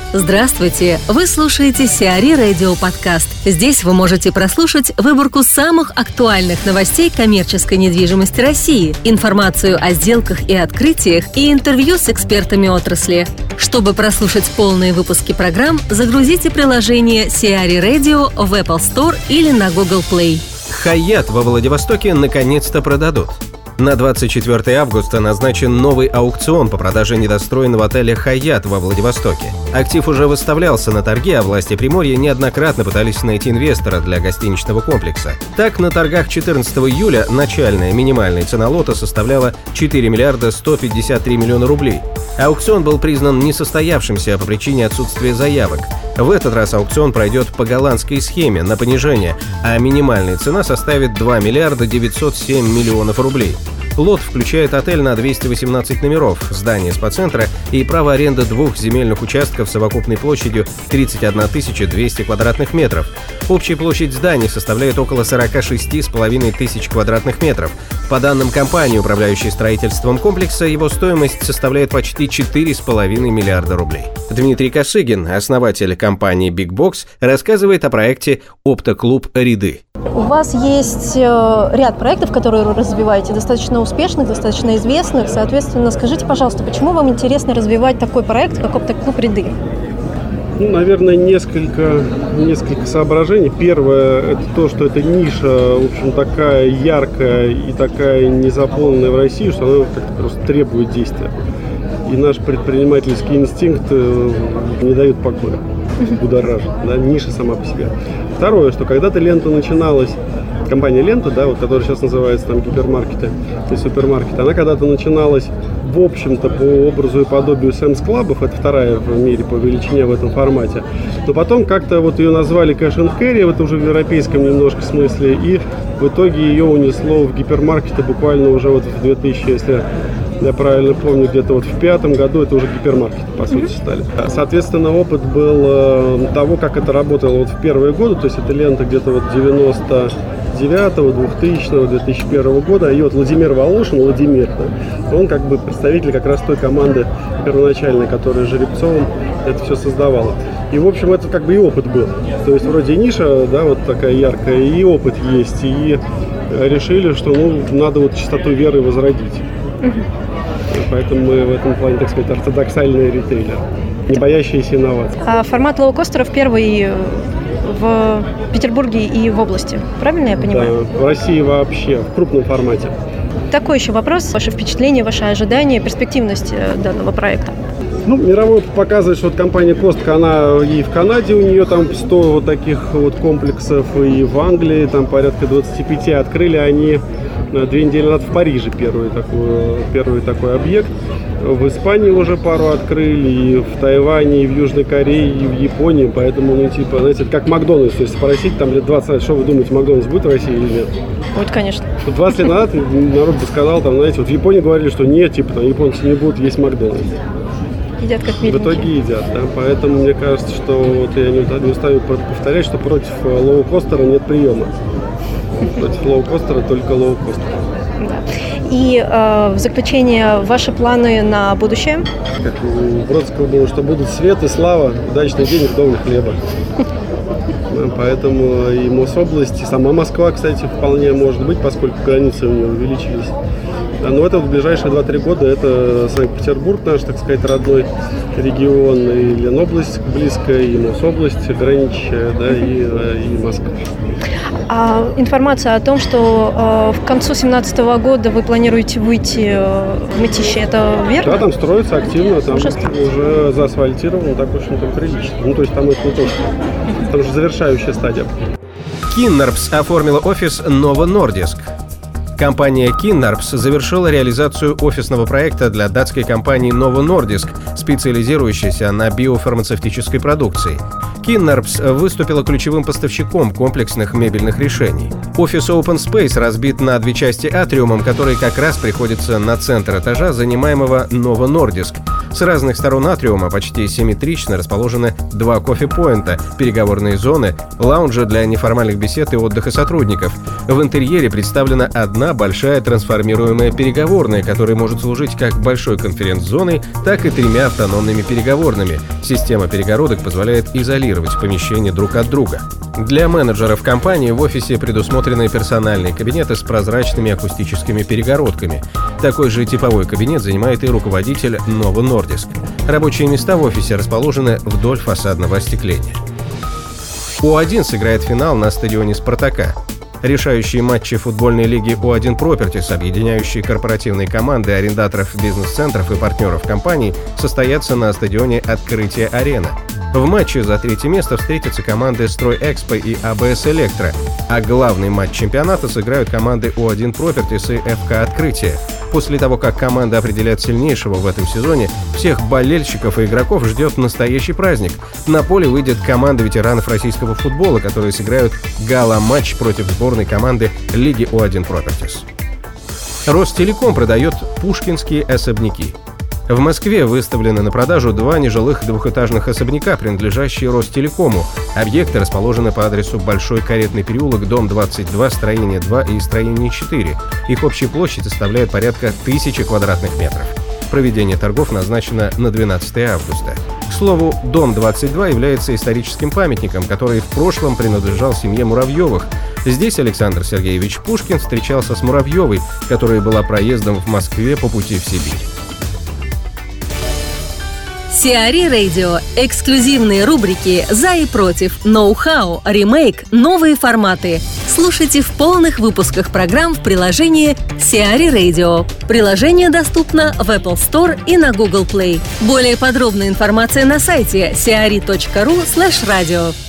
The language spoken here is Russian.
Здравствуйте! Вы слушаете Сиари Радио Подкаст. Здесь вы можете прослушать выборку самых актуальных новостей коммерческой недвижимости России, информацию о сделках и открытиях и интервью с экспертами отрасли. Чтобы прослушать полные выпуски программ, загрузите приложение Сиари Radio в Apple Store или на Google Play. Хаятт во Владивостоке наконец-то продадут. На 24 августа назначен новый аукцион по продаже недостроенного отеля «Хаятт» во Владивостоке. Актив уже выставлялся на торге, а власти Приморья неоднократно пытались найти инвестора для гостиничного комплекса. Так, на торгах 14 июля начальная минимальная цена лота составляла 4 миллиарда 153 миллиона рублей. Аукцион был признан несостоявшимся по причине отсутствия заявок. В этот раз аукцион пройдет по голландской схеме на понижение, а минимальная цена составит 2 миллиарда 907 миллионов рублей. Лот включает отель на 218 номеров, здание спа-центра и право аренды 2 земельных участков с совокупной площадью 31 200 квадратных метров. Общая площадь зданий составляет около 46,5 тысяч квадратных метров. По данным компании, управляющей строительством комплекса, его стоимость составляет почти 4,5 миллиарда рублей. Дмитрий Косыгин, основатель компании Big Box, рассказывает о проекте «Оптоклуб Ряды». У вас есть ряд проектов, которые вы развиваете, достаточно успешных, достаточно известных. Соответственно, скажите, пожалуйста, почему вам интересно развивать такой проект, как «Оптоклуб Ряды»? Наверное, несколько соображений. Первое – это то, что эта ниша, в общем, такая яркая и такая незаполненная в России, что она как-то просто требует действия. И наш предпринимательский инстинкт не дает покоя, будоражит, да, ниша сама по себе. Второе, что когда-то лента начиналась, компания «Лента», да, вот, которая сейчас называется там гипермаркеты и супермаркеты, она когда-то начиналась, в общем-то, по образу и подобию Sam's Club'ов, это вторая в мире по величине в этом формате, но потом как-то вот ее назвали Cash and Carry, это уже в европейском немножко смысле, и в итоге ее унесло в гипермаркеты буквально уже вот в 2000, если я правильно помню, где-то вот в 2005 году это уже гипермаркеты, по сути, стали. Соответственно, опыт был того, как это работало вот в первые годы, то есть эта лента где-то вот 99-го, 2000-го, 2001 года, и вот Владимир Волошин, да, он как бы представитель как раз той команды первоначальной, которая с Жеребцовым это все создавала. И, в общем, это как бы и опыт был. То есть вроде ниша, да, вот такая яркая, и опыт есть, и решили, что, надо вот чистоту веры возродить. Поэтому мы в этом плане, так сказать, ортодоксальные ритейлеры, не боящиеся инноваций. Формат лоукостеров первый в Петербурге и в области, правильно я понимаю? Да, в России вообще, в крупном формате. Такой еще вопрос. Ваше впечатление, ваши ожидания, перспективность данного проекта? Мировой опыт показывает, что вот компания Костка, она и в Канаде у нее там 100 вот таких вот комплексов, и в Англии там порядка 25. Открыли они 2 недели назад в Париже первый такой объект. В Испании уже пару открыли, и в Тайване, и в Южной Корее, и в Японии. Поэтому, знаете, это как Макдональдс. То есть спросить там лет 20 назад, что вы думаете, Макдональдс будет в России или нет? Будет, конечно. 20 лет назад народ бы сказал, там, знаете, вот в Японии говорили, что нет, там японцы не будут есть Макдональдс. Едят как миленькие. В итоге едят, да. Поэтому мне кажется, что вот я не устаю повторять, что против лоукостера нет приема. Против лоукостера только лоукостер. Да. И в заключение, ваши планы на будущее? Как у Бродского было, что будут свет и слава, удачный день и вдоволь хлеба. Поэтому и Мособласть, и сама Москва, кстати, вполне может быть, поскольку границы у нее увеличились. Но это в ближайшие 2-3 года это Санкт-Петербург, наш, так сказать, родной регион, и Ленобласть близкая, и Мособласть граничащая, да, и Москва. А информация о том, что к концу 2017 года вы планируете выйти в Мытищи, это верно? Да, там строится активно, там уже заасфальтировано, так, в общем-то, прилично. То есть там это не то, там уже завершающая стадия. Киннарпс оформила офис Novo Nordisk. Компания Киннарпс завершила реализацию офисного проекта для датской компании Novo Nordisk, специализирующейся на биофармацевтической продукции. Киннарпс выступила ключевым поставщиком комплексных мебельных решений. Офис Open Space разбит на 2 части атриумом, который как раз приходится на центр этажа, занимаемого Novo Nordisk. С разных сторон атриума почти симметрично расположены 2 кофе-поинта, переговорные зоны, лаунжи для неформальных бесед и отдыха сотрудников. В интерьере представлена одна большая трансформируемая переговорная, которая может служить как большой конференц-зоной, так и 3 автономными переговорными. Система перегородок позволяет изолировать помещения друг от друга. Для менеджеров компании в офисе предусмотрены персональные кабинеты с прозрачными акустическими перегородками. Такой же типовой кабинет занимает и руководитель Novo Nordisk. Рабочие места в офисе расположены вдоль фасадного остекления. У1 сыграет финал на стадионе «Спартака». Решающие матчи футбольной лиги У1 Properties, объединяющие корпоративные команды арендаторов бизнес-центров и партнеров компаний, состоятся на стадионе «Открытие Арена». В матче за 3-е место встретятся команды «Стройэкспо» и «АБС Электро», а главный матч чемпионата сыграют команды У1 Properties и ФК «Открытие». После того, как команда определят сильнейшего в этом сезоне, всех болельщиков и игроков ждет настоящий праздник. На поле выйдет команда ветеранов российского футбола, которые сыграют гала-матч против сборной команды Лиги У1 Properties. Ростелеком продает пушкинские особняки. В Москве выставлены на продажу 2 нежилых двухэтажных особняка, принадлежащие Ростелекому. Объекты расположены по адресу Большой Каретный переулок, дом 22, строение 2 и строение 4. Их общая площадь составляет порядка 1000 квадратных метров. Проведение торгов назначено на 12 августа. К слову, дом 22 является историческим памятником, который в прошлом принадлежал семье Муравьевых. Здесь Александр Сергеевич Пушкин встречался с Муравьевой, которая была проездом в Москве по пути в Сибирь. Сиари Radio. Эксклюзивные рубрики «За и против», «Ноу-хау», «Ремейк», «Новые форматы». Слушайте в полных выпусках программ в приложении Сиари Radio. Приложение доступно в Apple Store и на Google Play. Более подробная информация на сайте siari.ru/radio.